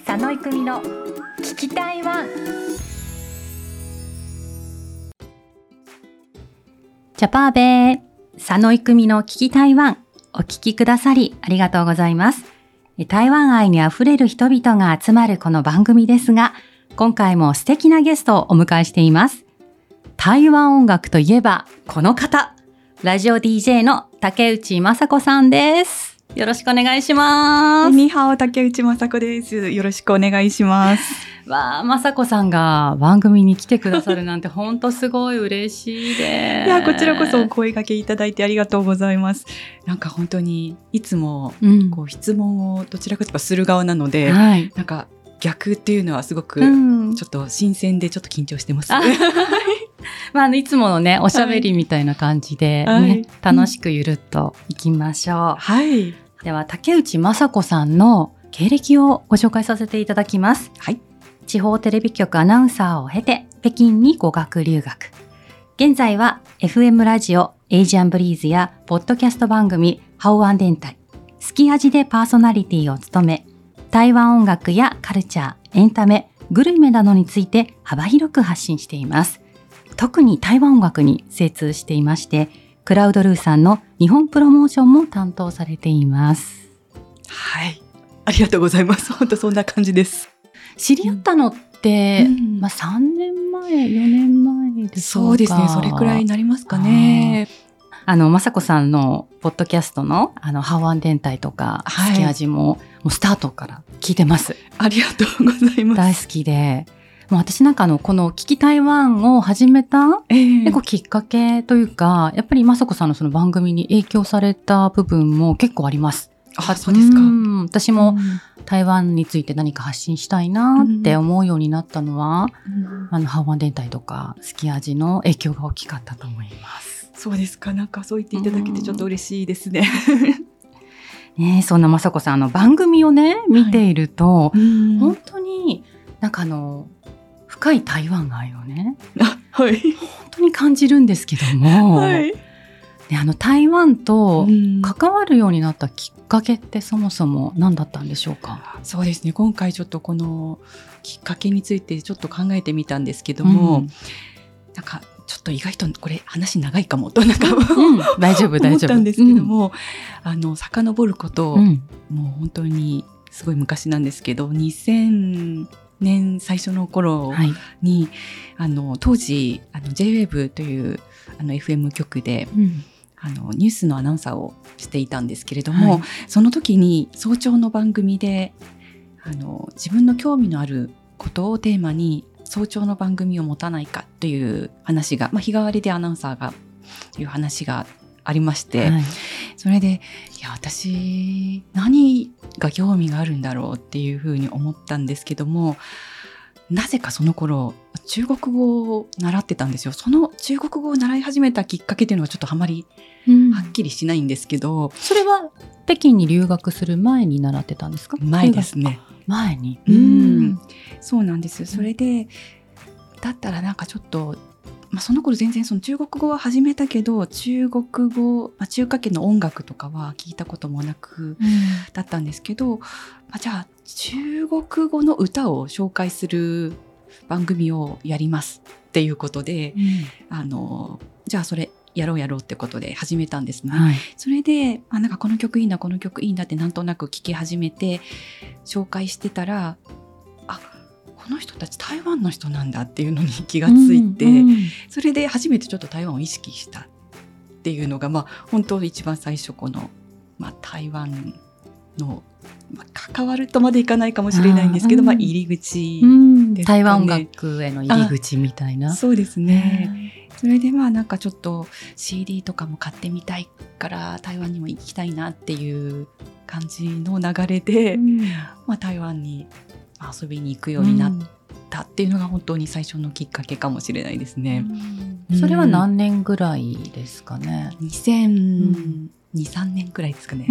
佐野郁美の聞き台湾。ジャパーベー佐野郁美の聞き台湾、お聞きくださりありがとうございます。台湾愛にあふれる人々が集まるこの番組ですが、今回も素敵なゲストをお迎えしています。台湾音楽といえばこの方、ラジオ DJ の竹内雅子さんです。よろしくお願いします。 にはお、竹内雅子です。よろしくお願いします。 わあ、雅子さんが番組に来てくださるなんて本当すごい嬉しいです。 いや、こちらこそお声掛けいただいてありがとうございます。なんか本当にいつもこう質問をどちらかというとする側なので、 はい、 なんか逆っていうのはすごくちょっと新鮮でちょっと緊張してます。 いつものねおしゃべりみたいな感じで、楽しくゆるっといきましょう。 はい。 では竹内雅子さんの経歴をご紹介させていただきます。 はい。 地方テレビ局アナウンサーを経て北京に語学留学。現在は FM ラジオエイジアンブリーズやポッドキャスト番組ハオアン電台、スキアジでパーソナリティを務め、台湾音楽やカルチャー、エンタメ、グルメなどについて幅広く発信しています。特に台湾音楽に精通していまして、クラウドルーさんの日本プロモーションも担当されています。 はい。ありがとうございます。本当そんな感じです。 知り合ったのって、3年前、4年前でしょうか。 そうですね。それくらいになりますかね。 雅子さんのポッドキャストのハワン電台とか、スキアジもうスタートから聞いてます。 ありがとうございます。 大好きで、もう私なんかこの聞き台湾を始めた、結構きっかけというか、やっぱり雅子さんのその番組に影響された部分も結構あります。 あ、そうですか。 私も台湾について何か発信したいなって思うようになったのは、ハワン電台とかスキアジの影響が大きかったと思います。 そうですか。なんかそう言っていただけてちょっと嬉しいですね。 ね、そんな雅子さん番組をね見ていると、本当になんか深い台湾愛をね、 はい、 本当に感じるんですけども、はい、台湾と関わるようになったきっかけってそもそも何だったんでしょうか。 そうですね、今回ちょっとこのきっかけについてちょっと考えてみたんですけども、なんかちょっと意外とこれ話長いかもとなんか、 大丈夫思ったんですけども、遡ること、もう本当にすごい昔なんですけど、2000年最初の頃に、当時J-WAVE というFM 局で、ニュースのアナウンサーをしていたんですけれども、その時に早朝の番組で自分の興味のあることをテーマに早朝の番組を持たないかという話が、日替わりでアナウンサーがいう話がありまして、それでいや私何が興味があるんだろうっていうふうに思ったんですけども、なぜかその頃中国語を習ってたんですよ。その中国語を習い始めたきっかけっていうのはちょっとあまりはっきりしないんですけど、 それは北京に留学する前に習ってたんですか？ 前ですね。 前に。 そうなんです。それでだったらなんかちょっと、その頃全然その中国語は始めたけど、中国語、中華圏の音楽とかは聞いたこともなくだったんですけど、じゃあ中国語の歌を紹介する番組をやりますっていうことで、じゃあそれやろうってことで始めたんですね。それでなんかこの曲いいなこの曲いいなってなんとなく聞き始めて紹介してたら、この人たち台湾の人なんだっていうのに気がついて、それで初めてちょっと台湾を意識したっていうのが、本当一番最初この、台湾の、関わるとまでいかないかもしれないんですけど、入り口ですかね。 台湾音楽への入り口みたいな。 そうですね。それでなんかちょっと CD とかも買ってみたいから台湾にも行きたいなっていう感じの流れで、台湾に遊びに行くようになったっていうのが本当に最初のきっかけかもしれないですね。 それは何年ぐらいですかね ？2002、3年くらいですかね。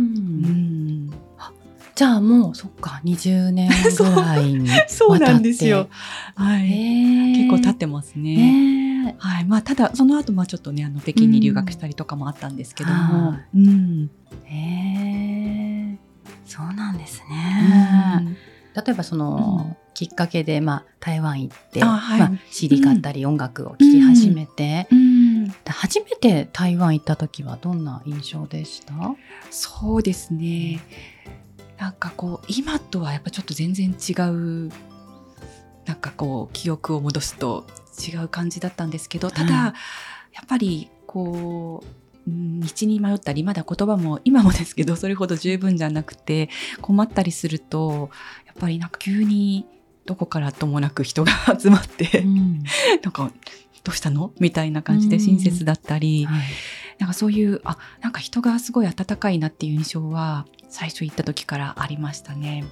じゃあもうそっか20年ぐらいにわたってそうなんですよ。結構経ってますね。ただその後ちょっとね北京に留学したりとかもあったんですけども、 そうなんですね。 例えばその、きっかけで、台湾行って、CD 買ったり音楽を聴き始めて、初めて台湾行った時はどんな印象でした？ そうですね、なんかこう今とはやっぱちょっと全然違う、なんかこう記憶を戻すと違う感じだったんですけど、ただ、やっぱりこう道に迷ったり、まだ言葉も今もですけどそれほど十分じゃなくて困ったりすると、やっぱりなんか急にどこからともなく人が集まって、なんかどうしたのみたいな感じで親切だったり、なんかそういうなんか人がすごい温かいなっていう印象は最初行った時からありましたね。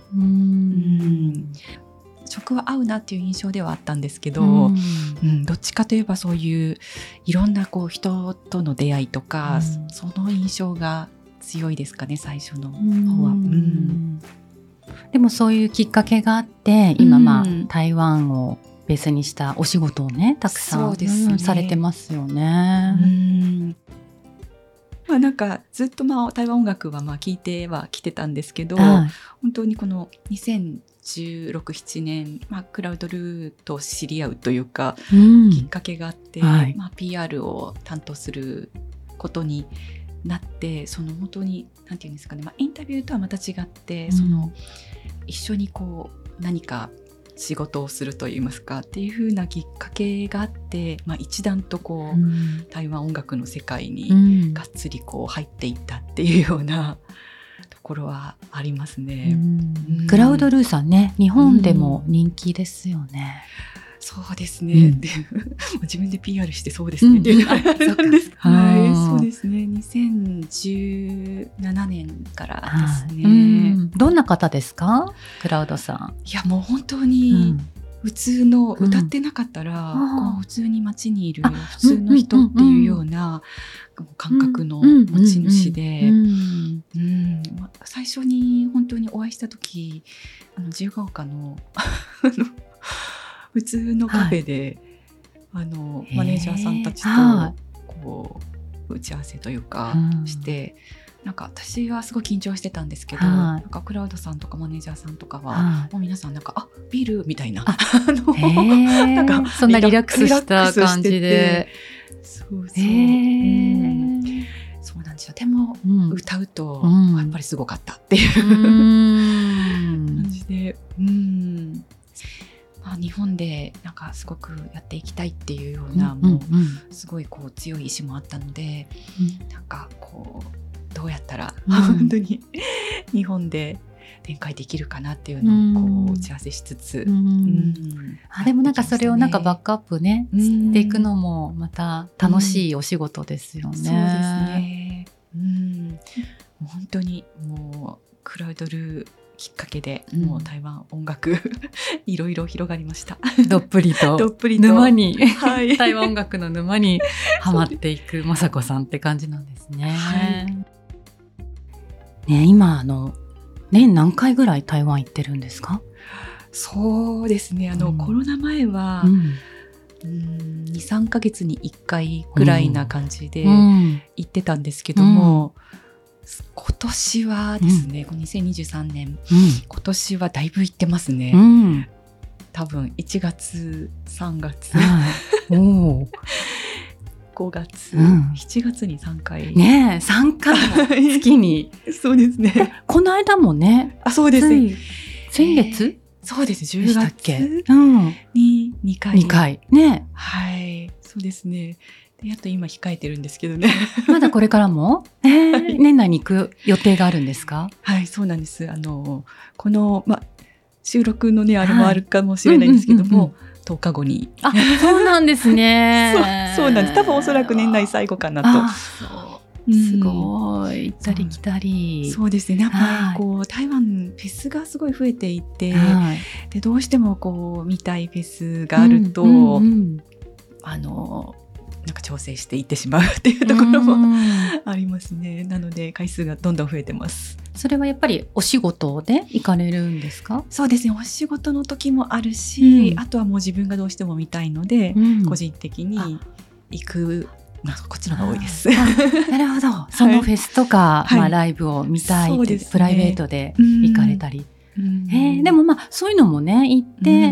食は合うなっていう印象ではあったんですけど、どっちかといえばそういういろんなこう人との出会いとか、その印象が強いですかね、最初の方は。 でもそういうきっかけがあって今台湾をベースにしたお仕事をねたくさん、されてますよね。 なんかずっと台湾音楽は聴いてはきてたんですけど、本当にこの2016、7年、クラウドルーと知り合うというか、きっかけがあって、PR を担当することになって、その本当になんていうんですかね、インタビューとはまた違って、その一緒にこう何か仕事をするといいますかっていう風なきっかけがあって、一段とこう、台湾音楽の世界にがっつりこう入っていったっていうようなところはありますね。 クラウドルーさんね、日本でも人気ですよね。 そうですね、で自分で PR してそうですねっていうのがあるんです。そうですね、2017年からですね。 どんな方ですか、クラウドさん？ いやもう本当に普通の、歌ってなかったらこう普通に街にいる普通の人っていうような感覚の持ち主で、最初に本当にお会いした時、自由が丘の普通のカフェで、マネージャーさんたちとこう打ち合わせというかして、なんか私はすごい緊張してたんですけど、なんかクラウドさんとかマネージャーさんとかは、もう皆さんなんかビールみたいな、 なんかそんなリラックスした感じで、 そうなんですよ。でも、歌うとやっぱりすごかったっていう感じで、日本でなんかすごくやっていきたいっていうような、もうすごいこう強い意志もあったので、なんかこうどうやったら本当に日本で展開できるかなっていうのをこう打ち合わせしつつ、 でもなんかそれをなんかバックアップねしていくのもまた楽しいお仕事ですよね。 そうですね。もう本当にもうクラウドルーきっかけで、もう台湾音楽いろいろ広がりました。 どっぷりと沼に、台湾音楽の沼にはまっていく雅子さんって感じなんですね。今年何回ぐらい台湾行ってるんですか？ そうですね、コロナ前は、2、3ヶ月に1回ぐらいな感じで行ってたんですけども、今年はですね、2023年、今年はだいぶ行ってますね。多分1月、3月、5月、7月に3回。 ねえ、3回も月に。 そうですね。 この間もね。 そうですね。 先月？ そうです、10月に2回。 2回。ね。 はい、そうですね。で、あと今控えてるんですけどね。 まだこれからも、年内に行く予定があるんですか？ はい、そうなんです。この、収録のね、あれもあるかもしれないんですけども、10日後に。 そうなんですね。 そうなんです。多分おそらく年内最後かなと。 すごい。行ったり来たり。 そうですね。やっぱりこう台湾フェスがすごい増えていて、でどうしてもこう見たいフェスがあると、なんか調整していってしまうっていうところもありますね。なので回数がどんどん増えてます。 それはやっぱりお仕事で行かれるんですか？ そうですね、お仕事の時もあるし、あとはもう自分がどうしても見たいので、個人的に行く、こっちの方が多いです。 なるほど。そのフェスとか、ライブを見たいって、プライベートで行かれたり。 でもそういうのもね言って、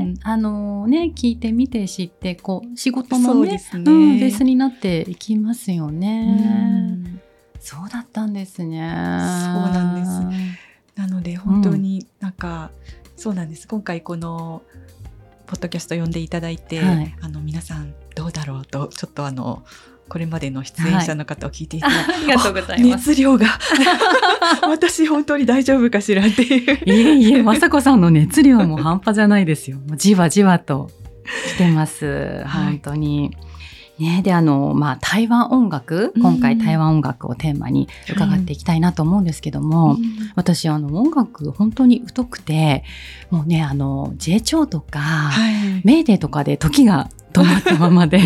うん聞いてみて知ってこう仕事のね、 そうですねベースになっていきますよね。そうだったんですね。そうなんですなので本当になんか、そうなんです。今回このポッドキャスト呼んでいただいて、皆さんどうだろうとちょっとこれまでの出演者の方を聞いていて、 ありがとうございます。 熱量が私本当に大丈夫かしらっていういえ雅子さんの熱量も半端じゃないですよ。もうじわじわと来てます、本当にね。で台湾音楽、今回台湾音楽をテーマに伺っていきたいなと思うんですけども、私音楽本当に疎くて、もうねJ 調とか、メーデーとかで時が止まったままで、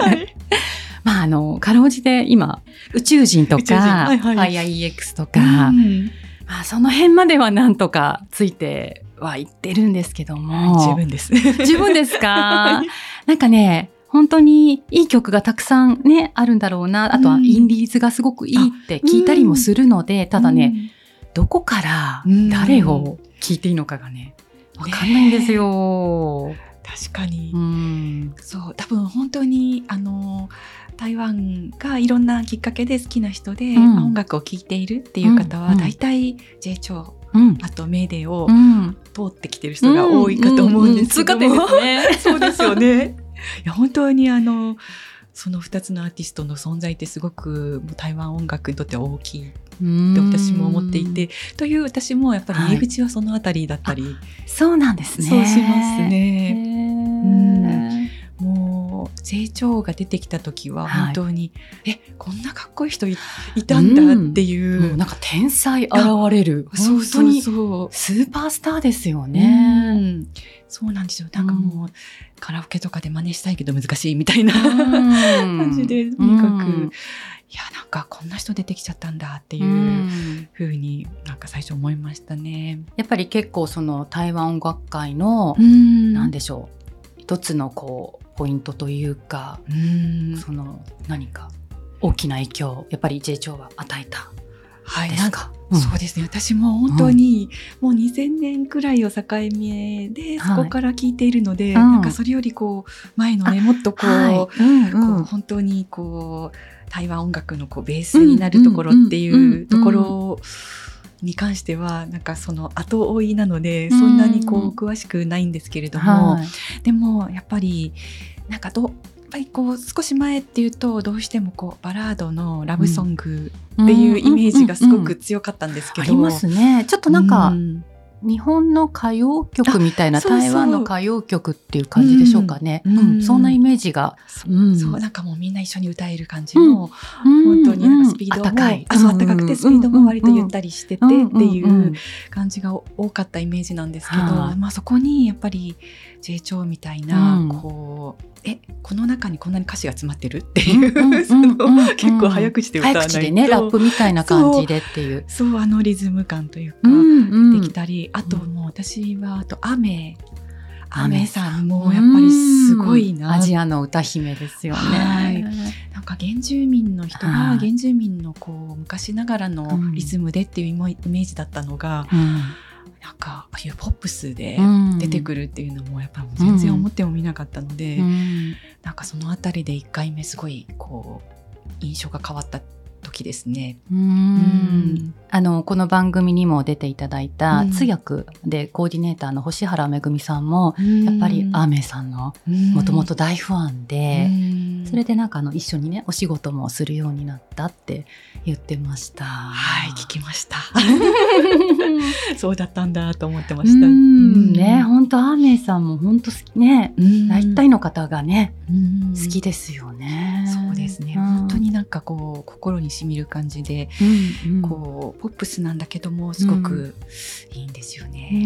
かろうじて今宇宙人とか、FireEX とか、その辺まではなんとかついてはいってるんですけども、 十分です十分ですかなんかね本当にいい曲がたくさんねあるんだろうな。あとはインディーズがすごくいいって聞いたりもするので、ただね、どこから誰を聞いていいのかがねわかんないんですよ。 確かに、そう多分本当に台湾がいろんなきっかけで好きな人で、音楽を聴いているっていう方は、だいたい J 調、あとメーデーを通ってきてる人が多いかと思うんですけども、そうですよね。いや本当にその2つのアーティストの存在ってすごく台湾音楽にとっては大きいって私も思っていて、という私もやっぱり入り口はそのあたりだったり、 そうなんですね。 そうしますね。もうJ 調が出てきた時は本当に、こんなかっこいい人 いたんだっていう、 もうなんか天才現れる、本当にスーパースターですよね。 そうなんですよ。なんかもう、カラオケとかで真似したいけど難しいみたいな感じで、とにかく、いやなんかこんな人出てきちゃったんだっていう風になんか最初思いましたね。 やっぱり結構その台湾音楽界のなんでしょう、一つのこうポイントというか、その何か大きな影響をやっぱり J 調は与えたですか？ そうですね。私も本当にもう2000年くらいを境目でそこから聞いているので、なんかそれよりこう前のねもっとこう本当にこう台湾音楽のこうベースになるところっていうところに関してはなんかその後追いなのでそんなにこう詳しくないんですけれども、でもやっぱりなんかやっぱりこう少し前っていうとどうしてもこうバラードのラブソングっていうイメージがすごく強かったんですけど、 ありますね。ちょっとなんか、日本の歌謡曲みたいな台湾の歌謡曲っていう感じでしょうかね。そんなイメージが、 そうなんかもうみんな一緒に歌える感じの、本当になんかスピードも温かくてスピードも割とゆったりしててっていう感じが多かったイメージなんですけど、まあそこにやっぱり J 調みたいなこうこの中にこんなに歌詞が詰まってるっていう結構早口で歌わないと、早口でねラップみたいな感じでっていう、 そうリズム感というかできたり、あともう私はあとアメさんもやっぱりすごいな、 アジアの歌姫ですよね。 なんか原住民の人が原住民のこう昔ながらのリズムでっていうイメージだったのが、なんかああいうポップスで出てくるっていうのもやっぱ全然思ってもみなかったので、なんかそのあたりで1回目すごいこう印象が変わった時ですね。 この番組にも出ていただいた通訳でコーディネーターの星原めぐみさんもやっぱりアーメイさんのもともと大ファンで、それでなんか一緒にねお仕事もするようになったって言ってました。 はい、聞きましたそうだったんだと思ってました。 ね、本当アーメイさんも本当好きね、大体の方がね好きですよね。 そうですね、本当になんかこう心に染みる感じで、こうポップスなんだけどもすごくいいんですよね。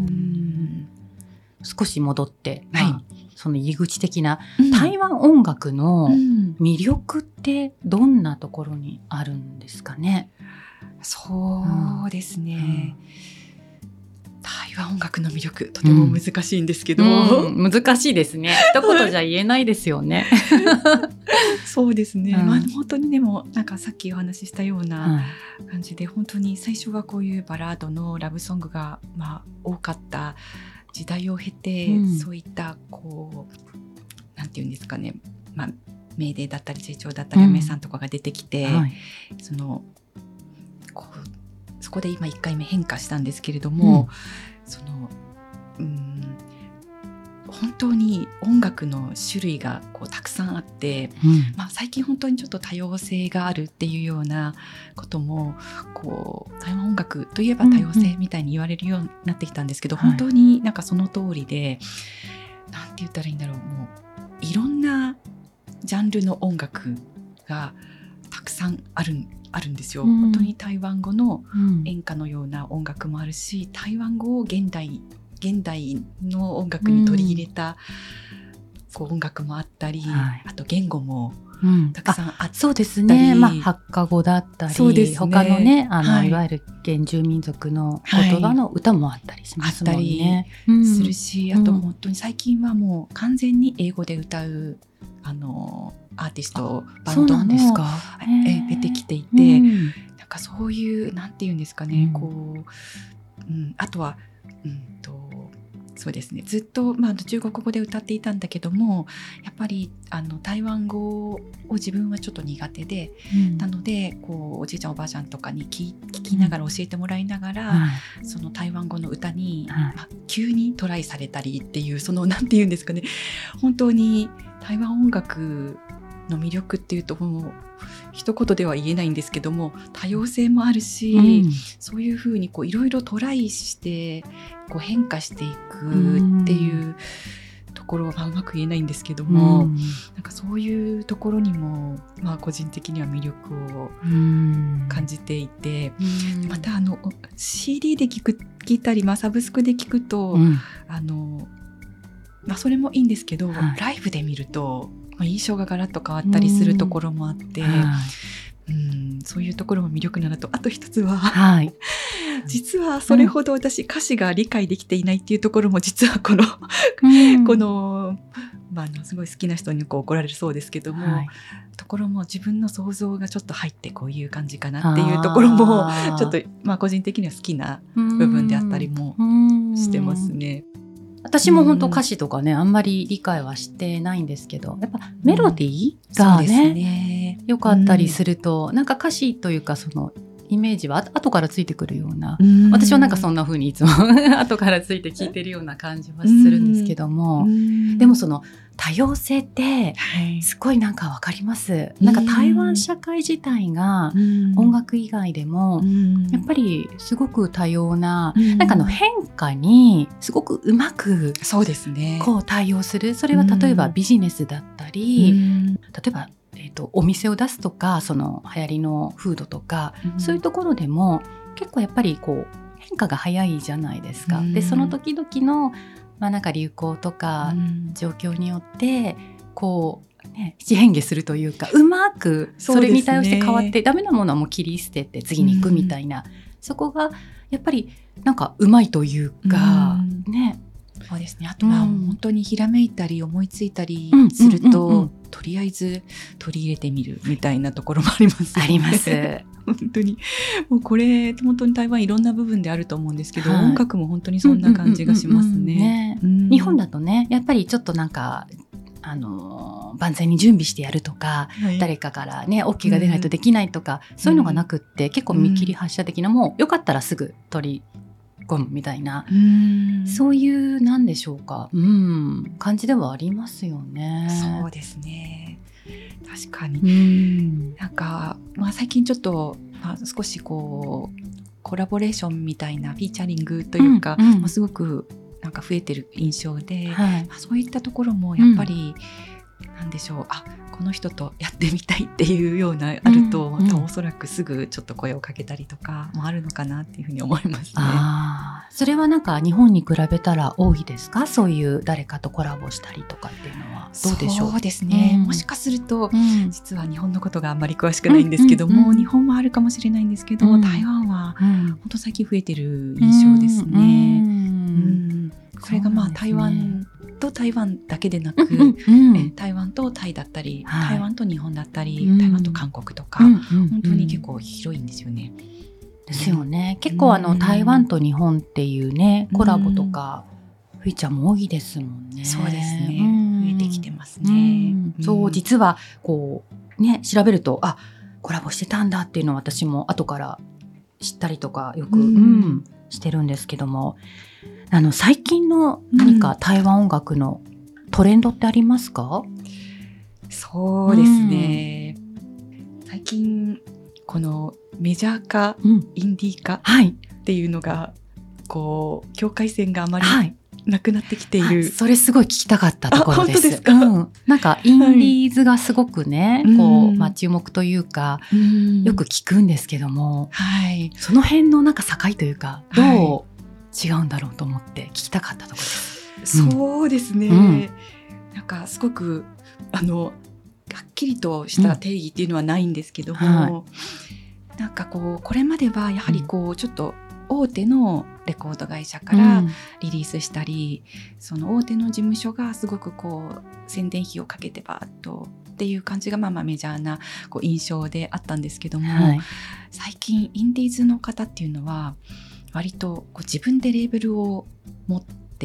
少し戻って、その入り口的な台湾音楽の魅力ってどんなところにあるんですかね？ そうですね、台湾音楽の魅力とても難しいんですけど、 難しいですね。一言じゃ言えないですよね。 そうですね、本当にでもなんかさっきお話ししたような感じで、本当に最初はこういうバラードのラブソングが多かった時代を経て、そういったこうなんていうんですかね、メーデーだったり J 調だったりアメさんとかが出てきて、そこで今1回目変化したんですけれども、本当に音楽の種類がたくさんあって、最近本当にちょっと多様性があるっていうようなことも台湾音楽といえば多様性みたいに言われるようになってきたんですけど、本当になんかその通りで、なんて言ったらいいんだろう、もういろんなジャンルの音楽がたくさんあるんですよ。本当に台湾語の演歌のような音楽もあるし、台湾語を現代の音楽に取り入れた音楽もあったり、あと言語もたくさんあったり、 そうですね、ハッカ語だったり、他のねいわゆる原住民族の言葉の歌もあったりしますもんね。 するし、あと本当に最近はもう完全に英語で歌うアーティストバンドも出てきていて、なんかそういうなんていうんですかね、あとはそうですね、ずっと、中国語で歌っていたんだけども、やっぱり台湾語を自分はちょっと苦手で、なのでおじいちゃんおばあちゃんとかに聞きながら教えてもらいながら、その台湾語の歌に、急にトライされたりっていう、そのなんていうんですかね、本当に台湾音楽の魅力っていうともう一言では言えないんですけども、多様性もあるし、そういうふうにいろいろトライして変化していくっていうところはうまく言えないんですけども、なんかそういうところにも、個人的には魅力を感じていて、またCD で聞いたり、サブスクで聞くと、それもいいんですけど、ライブで見ると印象がガラッと変わったりするところもあって、そういうところも魅力なのと、あと一つは、実はそれほど私歌詞が理解できていないっていうところも、実はこのすごい好きな人に怒られるそうですけども、ところも自分の想像がちょっと入ってこういう感じかなっていうところもちょっと個人的には好きな部分であったりもしてますね。 私も本当歌詞とかね、あんまり理解はしてないんですけど、やっぱメロディーがね、良かったりすると、なんか歌詞というかそのイメージは後からついてくるような、私はなんかそんな風にいつも後からついて聞いてるような感じはするんですけども、でもその多様性ってすごいなんかわかります。なんか台湾社会自体が音楽以外でもやっぱりすごく多様な、なんか変化にすごくうまく対応する。それは例えばビジネスだったり、例えばお店を出すとか、その流行りのフードとか、そういうところでも結構やっぱり変化が早いじゃないですか。でその時々のなんか流行とか状況によって七変化するというか、うまくそれに対応して変わって、ダメなものはもう切り捨てて次に行くみたいな、そこがやっぱりなんかうまいというかね。 そうですね。あとは本当にひらめいたり思いついたりすると、とりあえず取り入れてみるみたいなところもありますね。 あります。 本当にもうこれ本当に台湾いろんな部分であると思うんですけど、音楽も本当にそんな感じがしますね。 日本だとね、やっぱりちょっとなんか万全に準備してやるとか、誰かからね OK が出ないとできないとか、そういうのがなくって、結構見切り発車的な、もうよかったらすぐ取り込むみたいな、そういうなんでしょうか、感じではありますよね。 そうですね、確かに、なんか、最近ちょっと、少しコラボレーションみたいなフィーチャリングというか、すごくなんか増えてる印象で、そういったところもやっぱり、なんでしょう、この人とやってみたいっていうようなあると、またおそらくすぐちょっと声をかけたりとかもあるのかなっていうふうに思いますね。 それはなんか日本に比べたら多いですか？そういう誰かとコラボしたりとかっていうのはどうでしょう？ そうですね、もしかすると、実は日本のことがあんまり詳しくないんですけども、日本はあるかもしれないんですけど、台湾は本当最近増えてる印象ですね。 それがまあ台湾と台湾だけでなく、台湾とタイだったり、台湾と日本だったり、台湾と韓国とか、本当に結構広いんですよね。 ですよね。結構台湾と日本っていうね、コラボとかフィーチャーも多いですもんね。 そうですね。増えてきてますね。 そう実はこうね調べるとコラボしてたんだっていうのを私も後から知ったりとかよく、してるんですけども、最近の何か台湾音楽のトレンドってありますか？ そうですね、最近このメジャー化、インディー化っていうのがこう境界線があまりなくなってきている、 それすごい聞きたかったところです。 本当ですか？ なんかインディーズがすごくね、こう注目というか、よく聞くんですけども、その辺のなんか境というかどう違うんだろうと思って聞きたかったところです。 そうですね、なんかすごくはっきりとした定義っていうのはないんですけども、なんかこれまではやはりちょっと大手のレコード会社からリリースしたり、その大手の事務所がすごく宣伝費をかけてバーッとっていう感じがメジャーな印象であったんですけども、最近インディーズの方っていうのは割と自分でレーベルを持って、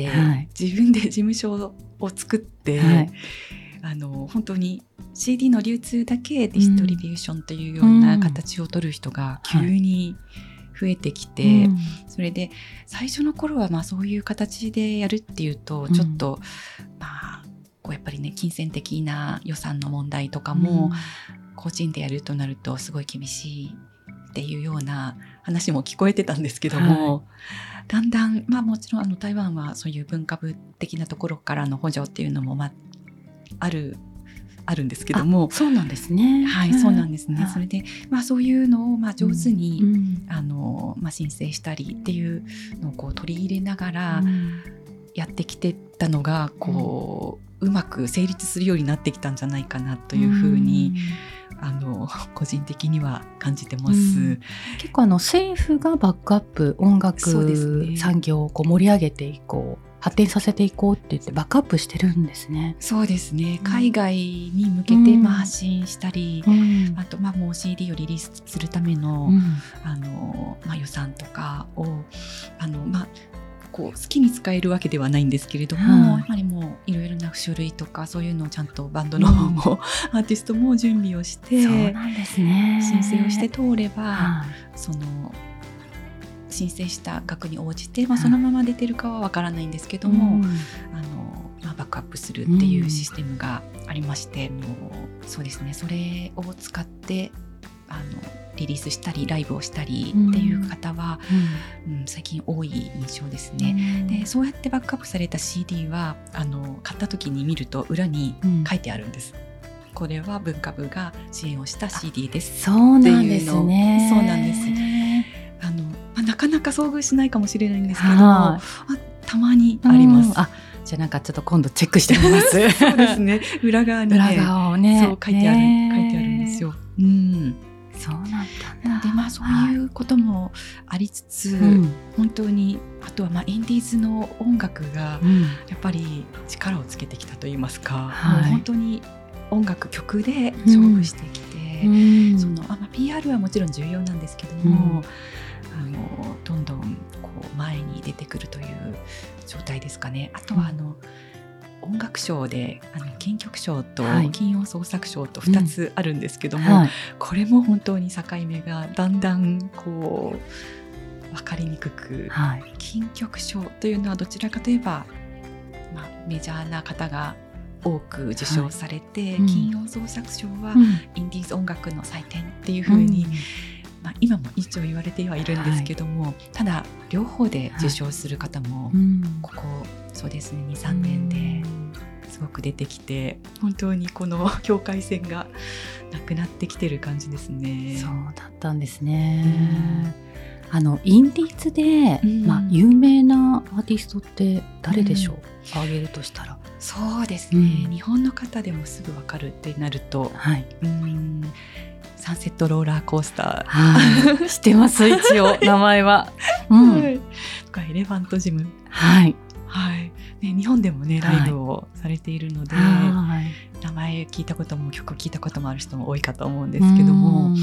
自分で事務所を作って、本当に CD の流通だけディストリビューションというような形を取る人が急に増えてきて、それで最初の頃はそういう形でやるっていうとちょっと、やっぱりね金銭的な予算の問題とかも、個人でやるとなるとすごい厳しいっていうような話も聞こえてたんですけども、だんだんもちろん台湾はそういう文化部的なところからの補助っていうのもあるんですけども、 そうなんですね。 そうなんですね。それでそういうのを上手に、申請したりっていうのを取り入れながらやってきてたのがうまく成立するようになってきたんじゃないかなというふうに、個人的には感じてます。 結構政府がバックアップ音楽産業を盛り上げていこう、発展させていこうって言ってバックアップしてるんですね。 そうですね、海外に向けて発信したり、あともう CD をリリースするための、予算とかを好きに使えるわけではないんですけれども、やはりもういろいろな書類とかそういうのをちゃんとバンドの方も、アーティストも準備をして、 そうなんですね、 申請をして通れば、その申請した額に応じて、そのまま出てるかはわからないんですけども、バックアップするっていうシステムがありまして、そうですね、それを使ってリリースしたりライブをしたりっていう方は、最近多い印象ですね。でそうやってバックアップされた CD は買った時に見ると裏に書いてあるんです。これは文化部が支援をした CD ですっていうの。 そうなんですね。 そうなんです。なかなか遭遇しないかもしれないんですけど、たまにあります。 じゃあなんかちょっと今度チェックしてみます。 そうですね。裏側に裏側をね、 そう書いてあるんですよ。 そうなんだ。 なのでそういうこともありつつ、本当にあとはインディーズの音楽がやっぱり力をつけてきたといいますか、もう本当に音楽曲で勝負してきて、そのPR はもちろん重要なんですけども、どんどん前に出てくるという状態ですかね。あとは音楽賞で金曲賞と金曜創作賞と2つあるんですけども、これも本当に境目がだんだん分かりにくく、金曲賞というのはどちらかといえば、メジャーな方が多く受賞されて、金曜創作賞はインディーズ音楽の祭典っていうふうに、今も一応言われてはいるんですけども、ただ両方で受賞する方もここそうですね 2,3 年ですごく出てきて、本当にこの境界線がなくなってきてる感じですね。 そうだったんですね。インディーズで、有名なアーティストって誰でしょう、挙げるとしたら。 そうですね、日本の方でもすぐ分かるってなると、 サンセットローラーコースター、 はい、知ってます一応名前は、 とかエレファントジム、 はいはいね、日本でもねライブをされているので、名前聞いたことも曲聞いたこともある人も多いかと思うんですけども、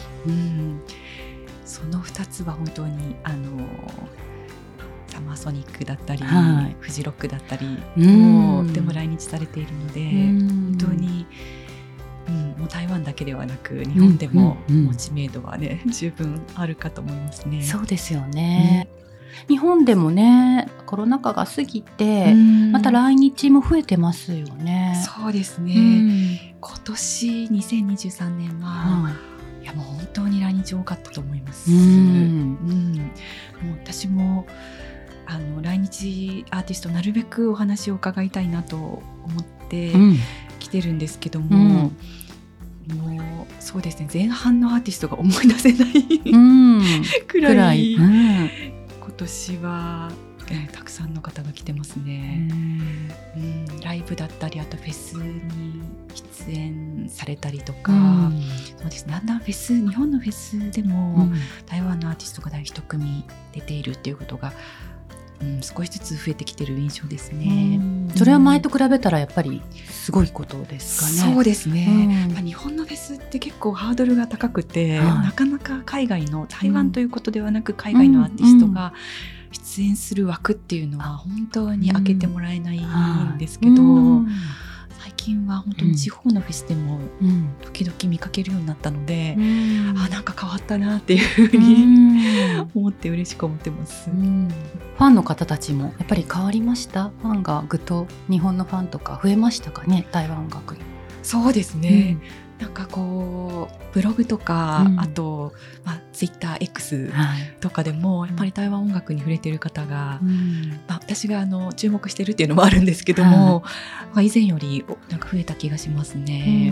その2つは本当にサマーソニックだったり、フジロックだったりもでも来日されているので、本当に、もう台湾だけではなく日本でも知名度はね、十分あるかと思いますね。 そうですよね、日本でもねコロナ禍が過ぎてまた来日も増えてますよね。 そうですね、今年2023年は、いやもう本当に来日多かったと思います。もう私も来日アーティストなるべくお話を伺いたいなと思って来てるんですけども、もうそうですね、前半のアーティストが思い出せないくらい、今年は、たくさんの方が来てますね。ライブだったり、あとフェスに出演されたりとか、そうですね、だんだん日本のフェスでも、台湾のアーティストが一組出ているっていうことが、少しずつ増えてきてる印象ですね。 それは前と比べたらやっぱりすごいことですかね。 そうですね、日本のフェスって結構ハードルが高くて、なかなか海外の台湾ということではなく海外のアーティストが出演する枠っていうのは本当に開けてもらえないんですけど、最近は本当に地方のフェスでも時々見かけるようになったので、なんか変わったなっていうふうに思って嬉しく思ってます。 ファンの方たちもやっぱり変わりました？ファンがぐっと日本のファンとか増えましたかね、台湾音楽に。 そうですね、なんかこうブログとか、あと、ツイッター X とかでもやっぱり台湾音楽に触れている方が、私が注目してるっていうのもあるんですけども、以前よりなんか増えた気がしますね。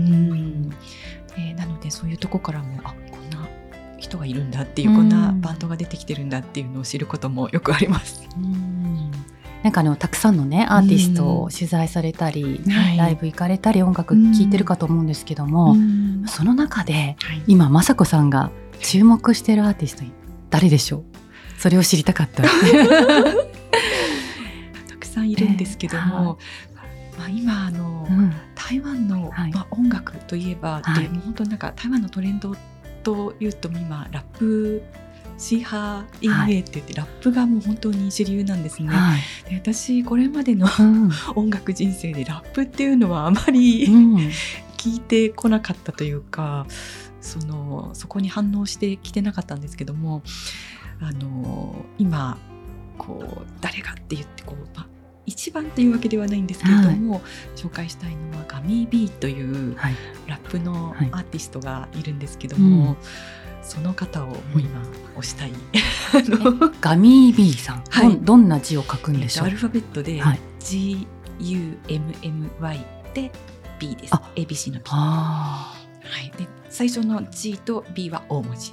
なのでそういうとこからもこんな人がいるんだっていう、こんなバンドが出てきてるんだっていうのを知ることもよくあります。 なんかたくさんのねアーティストを取材されたり、ライブ行かれたり音楽聴いてるかと思うんですけども、その中で、今雅子さんが注目してるアーティスト誰でしょう？それを知りたかった。たくさんいるんですけども、今台湾の、音楽といえば、もう本当になんか台湾のトレンドというと今ラップシーハーインウェイって言って、ラップがもう本当に主流なんですね。で、私これまでの、音楽人生でラップっていうのはあまり、聞いてこなかったというか、そこに反応してきてなかったんですけども、今こう誰がって言って一番というわけではないんですけれども、紹介したいのはガミー B というラップのアーティストがいるんですけども、その方をもう今推したい。 ガミー B さん、どんな字を書くんでしょう？ アルファベットで GUMMY で B です。ABC の B。で最初の G と B は大文字。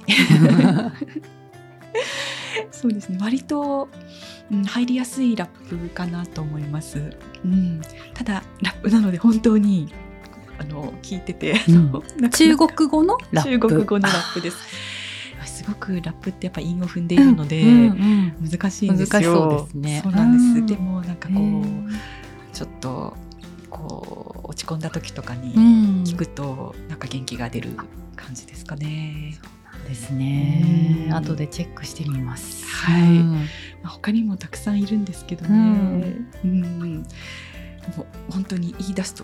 そうですね、割と、入りやすいラップかなと思います。ただラップなので本当に聞いてて、 中国語のラップ。 中国語のラップです。すごくラップってやっぱ韻を踏んでいるので、難しいんですよ。 難しそうですね。 そうなんです。でもなんかちょっと落ち込んだ時とかに聞くと、なんか元気が出る感じですかね。 そうなんですね。後でチェックしてみます。 他にもたくさんいるんですけどね。もう本当に言い出すと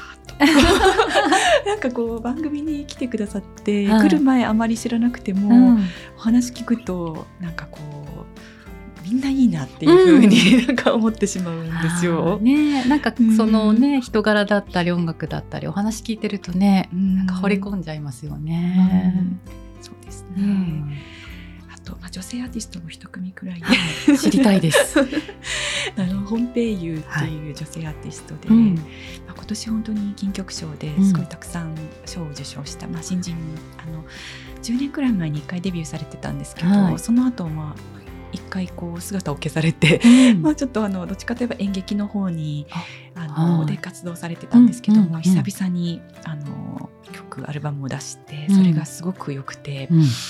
なんか番組に来てくださって、来る前あまり知らなくても、お話聞くとなんかみんないいなっていうふうになんか思ってしまうんですよ。 なんかそのね、人柄だったり音楽だったりお話聞いてるとね、なんか惚れ込んじゃいますよね。 そうですね。あと女性アーティストも一組くらい知りたいです。 ホンペイユーという女性アーティストで、今年本当に金曲賞ですごいたくさん賞を受賞した、新人、10年くらい前に1回デビューされてたんですけど、その後一回姿を消されて、ちょっとどっちかといえば演劇の方にで活動されてたんですけども、久々に曲曲アルバムを出して、それがすごく良くて、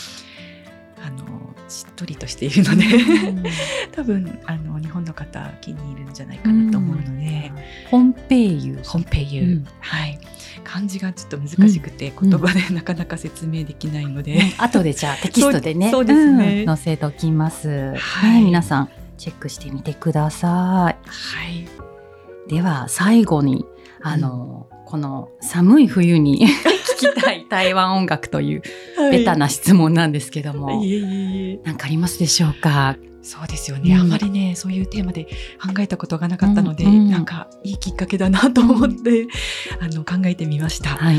しっとりとしているので、多分日本の方気に入るんじゃないかなと思うので、 本平優、 はい、漢字がちょっと難しくて、言葉でなかなか説明できないので、 後でじゃあテキストでね、 そうですね、 載せておきます。 はい、 皆さんチェックしてみてください。 はい、 では最後にこの寒い冬に聞きたい台湾音楽というベタな質問なんですけども、何かありますでしょうか？ そうですよね、あんまりねそういうテーマで考えたことがなかったので、なんかいいきっかけだなと思って、考えてみました。はい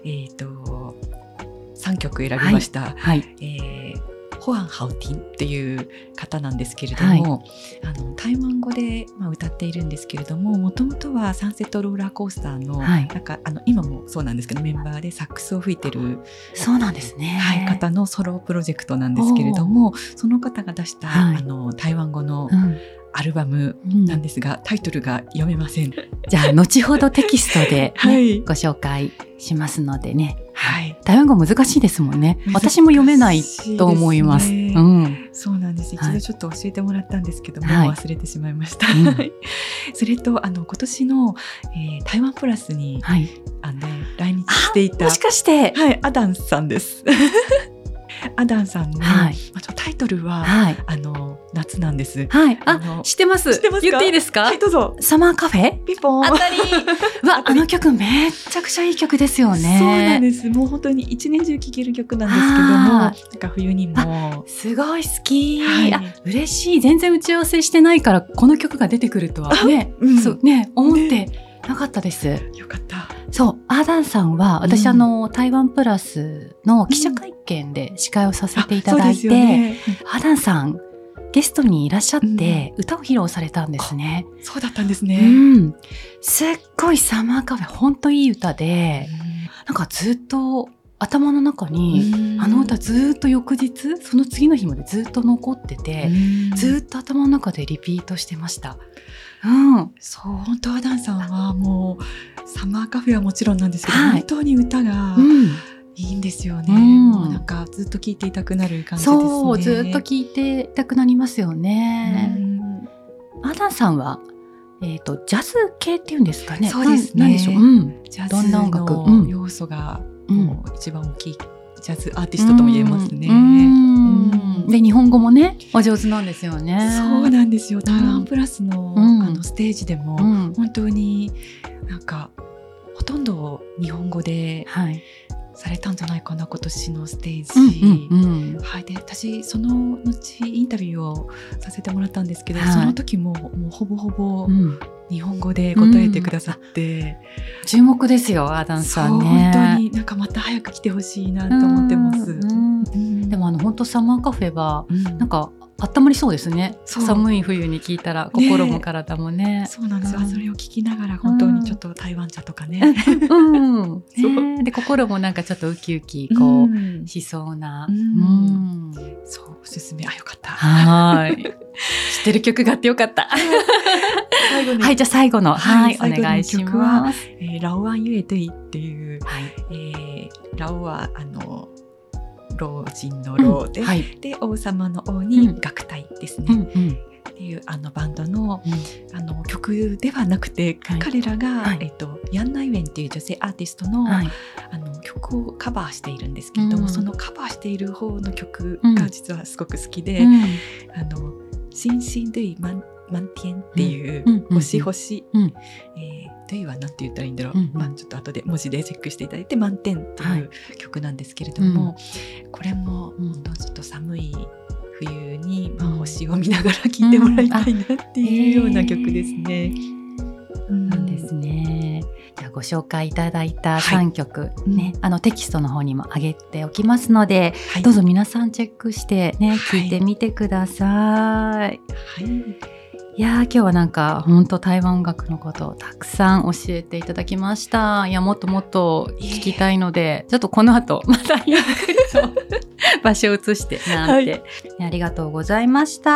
、3曲選びました。はい、ホアン・ハオティンっていう方なんですけれども、台湾語で、歌っているんですけれども、もともとはサンセットローラーコースターの、なんか今もそうなんですけどメンバーでサックスを吹いてる、 そうなんですね、 方のソロプロジェクトなんですけれども、その方が出した、台湾語のアルバムなんですが、タイトルが読めません。 じゃあ後ほどテキストで、ご紹介しますのでね。はい、台湾語難しいですもんね。私も読めないと思います。 そうなんです。一度ちょっと教えてもらったんですけども、忘れてしまいました。それと今年の、台湾プラスに、来日していた、 もしかして、 アダンさんです。アダンさんの、タイトルは、夏なんです。 知ってます。言っていいですか？ はい、どうぞ。 サマーカフェピンポンあたりあの曲めちゃくちゃいい曲ですよね。 そうなんです。もう本当に一年中聴ける曲なんですけども、なんか冬にもすごい好き。嬉しい。全然打ち合わせしてないからこの曲が出てくるとはね、思ってなかったです。 よかった。 そう、アダンさんは私、台湾プラスの記者会見で司会をさせていただいて、アダンさんゲストにいらっしゃって歌を披露されたんですね。 そうだったんですね。 すっごいサマーカフェ本当いい歌で、なんかずっと頭の中にあの歌ずっと翌日その次の日までずっと残ってて、ずっと頭の中でリピートしてました。 そう、本当アダンさんはもうサマーカフェはもちろんなんですけど、本当に歌がいいんですよね。もうなんかずっと聴いていたくなる感じですね。 そう、ずっと聴いていたくなりますよね。アダンさんはジャズ系っていうんですかね。 そうですね。 何でしょう。 ジャズの要素がもう一番大きいジャズアーティストとも言えますね。 で日本語もねお上手なんですよね。 そうなんですよ。台湾プラスの、ステージでも、本当になんかほとんど日本語で、されたんじゃないかな、今年のステージ。で私その後インタビューをさせてもらったんですけど、その時ももうほぼほぼ日本語で答えてくださって、 注目ですよアダンさんね。 本当になんかまた早く来てほしいなと思ってます。 でも本当サマーカフェはなんか温まりそうですね。寒い冬に聞いたら心も体もね。 そうなんですよ。それを聞きながら本当にちょっと台湾茶とかね。 で心もなんかちょっとウキウキこうしそうな。 そう、おすすめ。よかった。 知ってる曲があってよかった。 最後に、 じゃあ最後のお願いします。 ラオアンユエトイっていう、ラオは老人の老で、で王様の王に楽隊ですね。っていうバンドの、曲ではなくて、彼らが、ヤンナイウェンっていう女性アーティストの、曲をカバーしているんですけれども、そのカバーしている方の曲が実はすごく好きで、シンシンドゥイマンティエンっていう星星、ドゥイは何て言ったらいいんだろう、ちょっと後で文字でチェックしていただいて、満点っていう曲なんですけれども、これも本当ちょっと寒い冬に、星を見ながら聴いてもらいたいなっていうような曲ですね。 なんですね。じゃあご紹介いただいた3曲、テキストの方にも上げておきますので、どうぞ皆さんチェックしてね、聴いてみてください。いや今日はなんか本当台湾音楽のことをたくさん教えていただきました。いやもっともっと聞きたいので、ちょっとこの後またゆっくりと場所を移してなんて、ありがとうございました。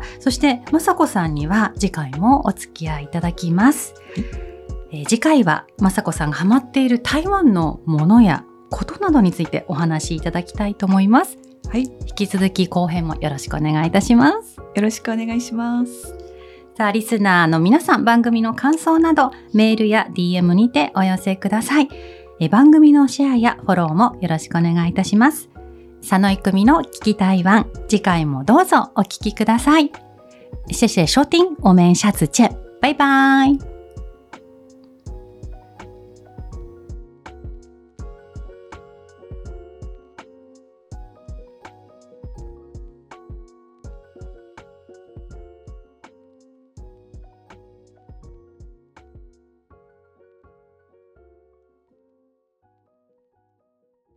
そして雅子さんには次回もお付き合いいただきます。次回は雅子さんがハマっている台湾のものやことなどについてお話しいただきたいと思います。 はい。 引き続き後編もよろしくお願いいたします。 よろしくお願いします。 さあ、リスナーの皆さん、番組の感想などメールや DM にてお寄せください。番組のシェアやフォローもよろしくお願いいたします。佐野郁美の聞き台湾、次回もどうぞお聞きください。谢谢收听，我们下次见，拜拜。